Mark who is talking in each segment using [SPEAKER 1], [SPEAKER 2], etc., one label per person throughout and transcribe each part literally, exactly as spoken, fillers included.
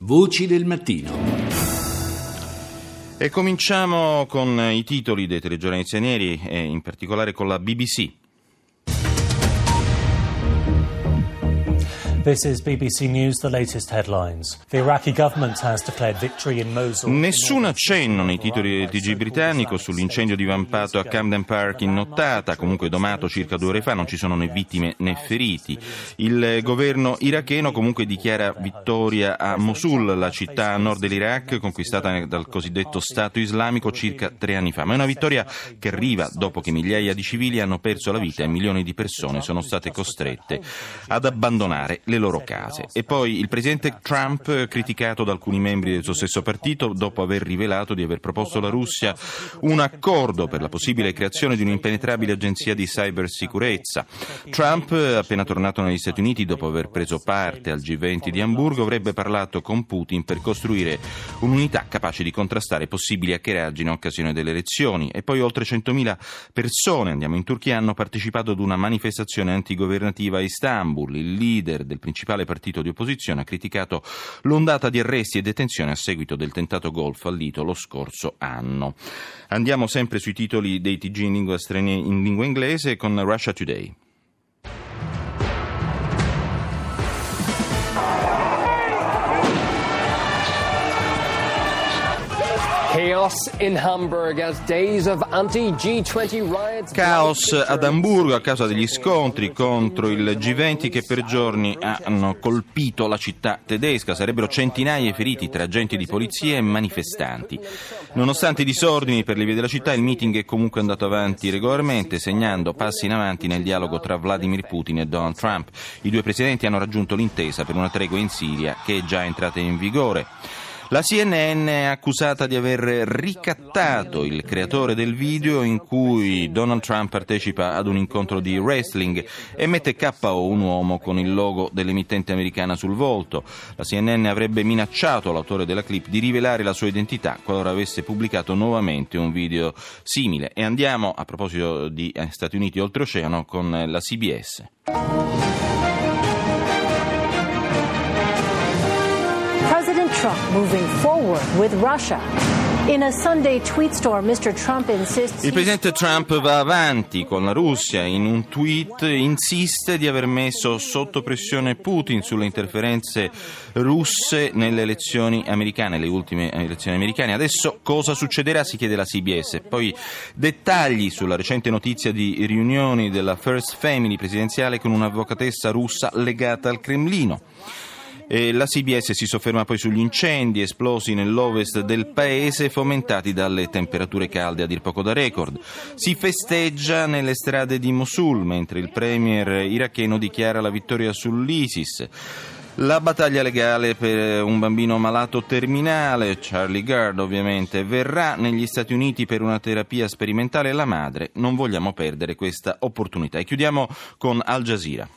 [SPEAKER 1] Voci del mattino.
[SPEAKER 2] E cominciamo con i titoli dei telegiornali stranieri e in particolare con la B B C.
[SPEAKER 3] This is B B C News, the latest headlines. The Iraqi government has declared victory in Mosul.
[SPEAKER 2] Nessun accenno nei titoli del T G britannico sull'incendio divampato a Camden Park in nottata, comunque domato circa due ore fa, non ci sono né vittime né feriti. Il governo iracheno comunque dichiara vittoria a Mosul, la città a nord dell'Iraq conquistata dal cosiddetto Stato islamico circa tre anni fa. Ma è una vittoria che arriva dopo che migliaia di civili hanno perso la vita e milioni di persone sono state costrette ad abbandonare le loro case. E poi il presidente Trump, criticato da alcuni membri del suo stesso partito dopo aver rivelato di aver proposto alla Russia un accordo per la possibile creazione di un'impenetrabile agenzia di cybersicurezza. Trump, appena tornato negli Stati Uniti dopo aver preso parte al G venti di Amburgo, avrebbe parlato con Putin per costruire un'unità capace di contrastare possibili hackeraggini in occasione delle elezioni. E poi oltre centomila persone, andiamo in Turchia, hanno partecipato ad una manifestazione antigovernativa a Istanbul. Il leader del principale partito di opposizione ha criticato l'ondata di arresti e detenzioni a seguito del tentato golf fallito lo scorso anno. Andiamo sempre sui titoli dei T G in lingua straniera, in lingua inglese, con Russia Today.
[SPEAKER 4] Chaos in Hamburg as days of anti-G venti riots.
[SPEAKER 2] Caos ad Amburgo a causa degli scontri contro il G venti che per giorni hanno colpito la città tedesca. Sarebbero centinaia i feriti tra agenti di polizia e manifestanti. Nonostante i disordini per le vie della città, il meeting è comunque andato avanti regolarmente, segnando passi in avanti nel dialogo tra Vladimir Putin e Donald Trump. I due presidenti hanno raggiunto l'intesa per una tregua in Siria che è già entrata in vigore. La C N N è accusata di aver ricattato il creatore del video in cui Donald Trump partecipa ad un incontro di wrestling e mette K O un uomo con il logo dell'emittente americana sul volto. La C N N avrebbe minacciato l'autore della clip di rivelare la sua identità qualora avesse pubblicato nuovamente un video simile. E andiamo, a proposito di Stati Uniti oltreoceano, con la C B S.
[SPEAKER 5] President Trump moving forward with Russia. In a Sunday tweet storm, mister Trump insists.
[SPEAKER 2] Il presidente Trump va avanti con la Russia. In un tweet insiste di aver messo sotto pressione Putin sulle interferenze russe nelle elezioni americane, le ultime elezioni americane. Adesso cosa succederà? Si chiede la C B S. Poi dettagli sulla recente notizia di riunioni della First Family presidenziale con un'avvocatessa russa legata al Cremlino. E la C B S si sofferma poi sugli incendi esplosi nell'ovest del paese fomentati dalle temperature calde a dir poco da record. Si festeggia nelle strade di Mosul mentre il premier iracheno dichiara la vittoria sull'ISIS. La battaglia legale per un bambino malato terminale, Charlie Gard ovviamente, verrà negli Stati Uniti per una terapia sperimentale. La madre: non vogliamo perdere questa opportunità. E chiudiamo con Al Jazeera.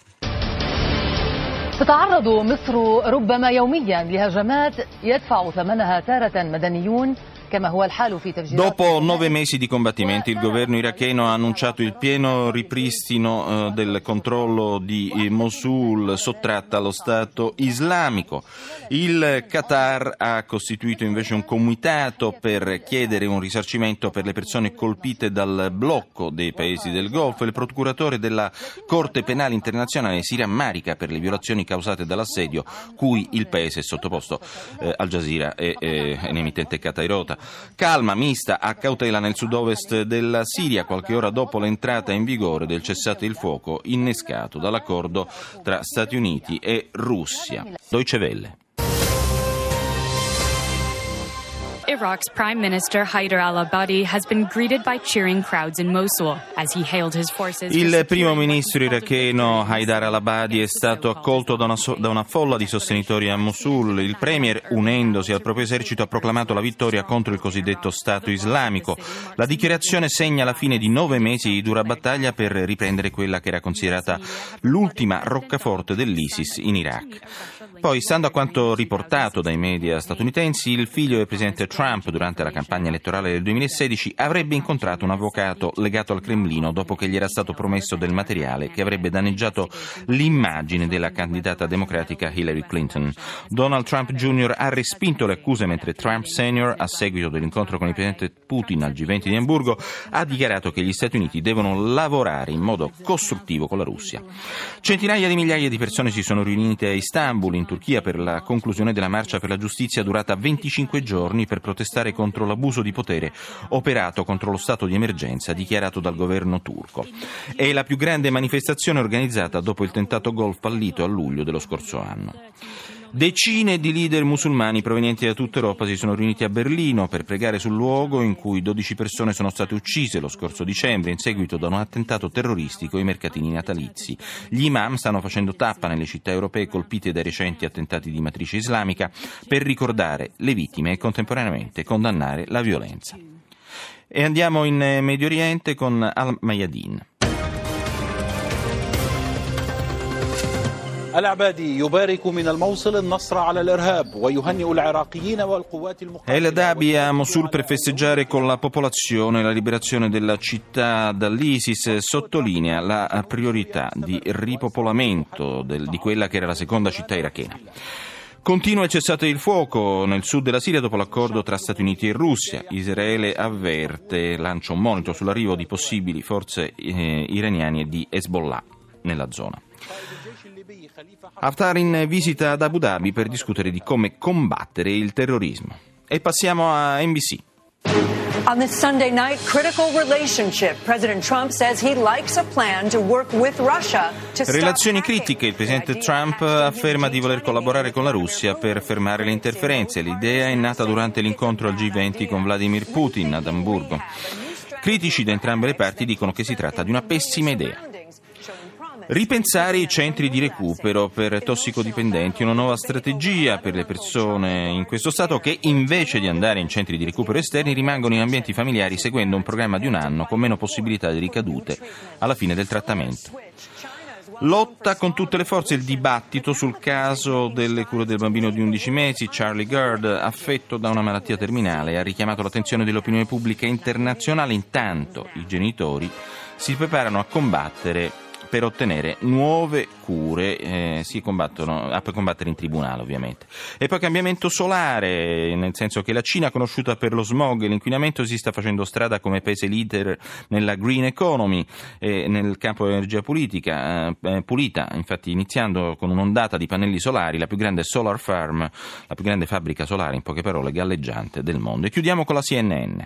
[SPEAKER 6] تتعرض مصر ربما يوميا لهجمات يدفع ثمنها تارة مدنيون.
[SPEAKER 2] Dopo nove mesi di combattimenti, il governo iracheno ha annunciato il pieno ripristino eh, del controllo di Mosul, sottratta allo Stato islamico. Il Qatar ha costituito invece un comitato per chiedere un risarcimento per le persone colpite dal blocco dei paesi del Golfo. Il procuratore della Corte Penale Internazionale si rammarica per le violazioni causate dall'assedio cui il paese è sottoposto. eh, Al Jazeera e l'emittente qatairota. Calma mista a cautela nel sud-ovest della Siria qualche ora dopo l'entrata in vigore del cessate il fuoco innescato dall'accordo tra Stati Uniti e Russia. Deutsche Welle.
[SPEAKER 7] Iraq's Prime Minister Haider al-Abadi has been greeted by cheering crowds in Mosul as he hailed his forces.
[SPEAKER 2] Il primo ministro iracheno Haider al-Abadi è stato accolto da una, so- da una folla di sostenitori a Mosul. Il premier, unendosi al proprio esercito, ha proclamato la vittoria contro il cosiddetto Stato islamico. La dichiarazione segna la fine di nove mesi di dura battaglia per riprendere quella che era considerata l'ultima roccaforte dell'ISIS in Iraq. Poi, stando a quanto riportato dai media statunitensi, il figlio del presidente Trump, Trump durante la campagna elettorale del duemilasedici avrebbe incontrato un avvocato legato al Cremlino dopo che gli era stato promesso del materiale che avrebbe danneggiato l'immagine della candidata democratica Hillary Clinton. Donald Trump Junior ha respinto le accuse, mentre Trump Senior, a seguito dell'incontro con il presidente Putin al G venti di Amburgo, ha dichiarato che gli Stati Uniti devono lavorare in modo costruttivo con la Russia. Centinaia di migliaia di persone si sono riunite a Istanbul, in Turchia, per la conclusione della marcia per la giustizia durata venticinque giorni per protestare contro l'abuso di potere operato contro lo stato di emergenza dichiarato dal governo turco. È la più grande manifestazione organizzata dopo il tentato golf fallito a luglio dello scorso anno. Decine di leader musulmani provenienti da tutta Europa si sono riuniti a Berlino per pregare sul luogo in cui dodici persone sono state uccise lo scorso dicembre in seguito da un attentato terroristico ai mercatini natalizi. Gli imam stanno facendo tappa nelle città europee colpite dai recenti attentati di matrice islamica per ricordare le vittime e contemporaneamente condannare la violenza. E andiamo in Medio Oriente con Al-Mayadin.
[SPEAKER 1] العبادي يبارك من الموصل النصر على الإرهاب ويهنئ العراقيين والقوات المقاتلة.
[SPEAKER 2] El Dabi a Mosul per festeggiare con la popolazione la liberazione della città dall'ISIS, sottolinea la priorità di ripopolamento del, di quella che era la seconda città irachena. Continua il cessate il fuoco nel sud della Siria dopo l'accordo tra Stati Uniti e Russia. Israele avverte, lancia un monito sull'arrivo di possibili forze eh, iraniane di Hezbollah nella zona. Haftar in visita ad Abu Dhabi per discutere di come combattere il terrorismo. E passiamo a N B C.
[SPEAKER 8] On this Sunday night, critical relationship. President Trump says he likes a plan to work with Russia to stop
[SPEAKER 2] Relazioni critiche. Il presidente Trump afferma di voler collaborare con la Russia per fermare le interferenze. L'idea è nata durante l'incontro al G venti con Vladimir Putin ad Amburgo. Critici da entrambe le parti dicono che si tratta di una pessima idea. Ripensare i centri di recupero per tossicodipendenti, una nuova strategia per le persone in questo stato che invece di andare in centri di recupero esterni rimangono in ambienti familiari seguendo un programma di un anno con meno possibilità di ricadute alla fine del trattamento. Lotta con tutte le forze il dibattito sul caso delle cure del bambino di undici mesi, Charlie Gard, affetto da una malattia terminale, ha richiamato l'attenzione dell'opinione pubblica internazionale. Intanto i genitori si preparano a combattere per ottenere nuove cure, eh, si combattono, a combattere in tribunale ovviamente. E poi cambiamento solare, nel senso che la Cina, conosciuta per lo smog e l'inquinamento, si sta facendo strada come paese leader nella green economy e nel campo dell'energia politica, eh, pulita, infatti iniziando con un'ondata di pannelli solari, la più grande solar farm, la più grande fabbrica solare, in poche parole, galleggiante del mondo. E chiudiamo con la C N N.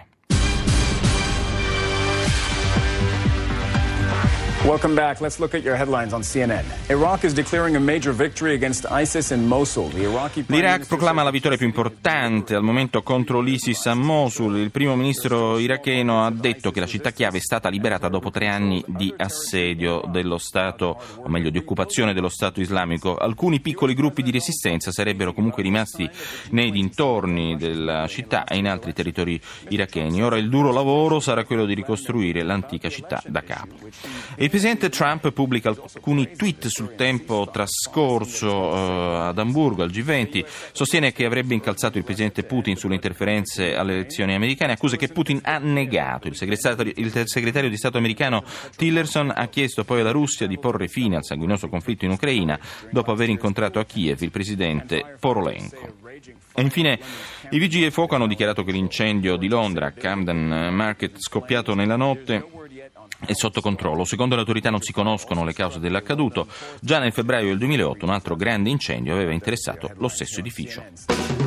[SPEAKER 9] Welcome back. Let's look at your headlines on C N N. Iraq is declaring a major victory against ISIS in Mosul. The Iraqi
[SPEAKER 2] L'Iraq proclama la vittoria più importante al momento contro l'ISIS a Mosul. Il primo ministro iracheno ha detto che la città chiave è stata liberata dopo tre anni di assedio dello Stato, o meglio di occupazione dello Stato islamico. Alcuni piccoli gruppi di resistenza sarebbero comunque rimasti nei dintorni della città e in altri territori iracheni. Ora il duro lavoro sarà quello di ricostruire l'antica città da capo. Il presidente Trump pubblica alcuni tweet sul tempo trascorso uh, ad Amburgo, al G venti, sostiene che avrebbe incalzato il presidente Putin sulle interferenze alle elezioni americane, accuse che Putin ha negato. Il segretario, il segretario di Stato americano Tillerson ha chiesto poi alla Russia di porre fine al sanguinoso conflitto in Ucraina dopo aver incontrato a Kiev il presidente Porolenko. E infine i vigili del fuoco hanno dichiarato che l'incendio di Londra, Camden Market, scoppiato nella notte, è sotto controllo. Secondo le autorità non si conoscono le cause dell'accaduto. Già nel febbraio del duemilaotto un altro grande incendio aveva interessato lo stesso edificio.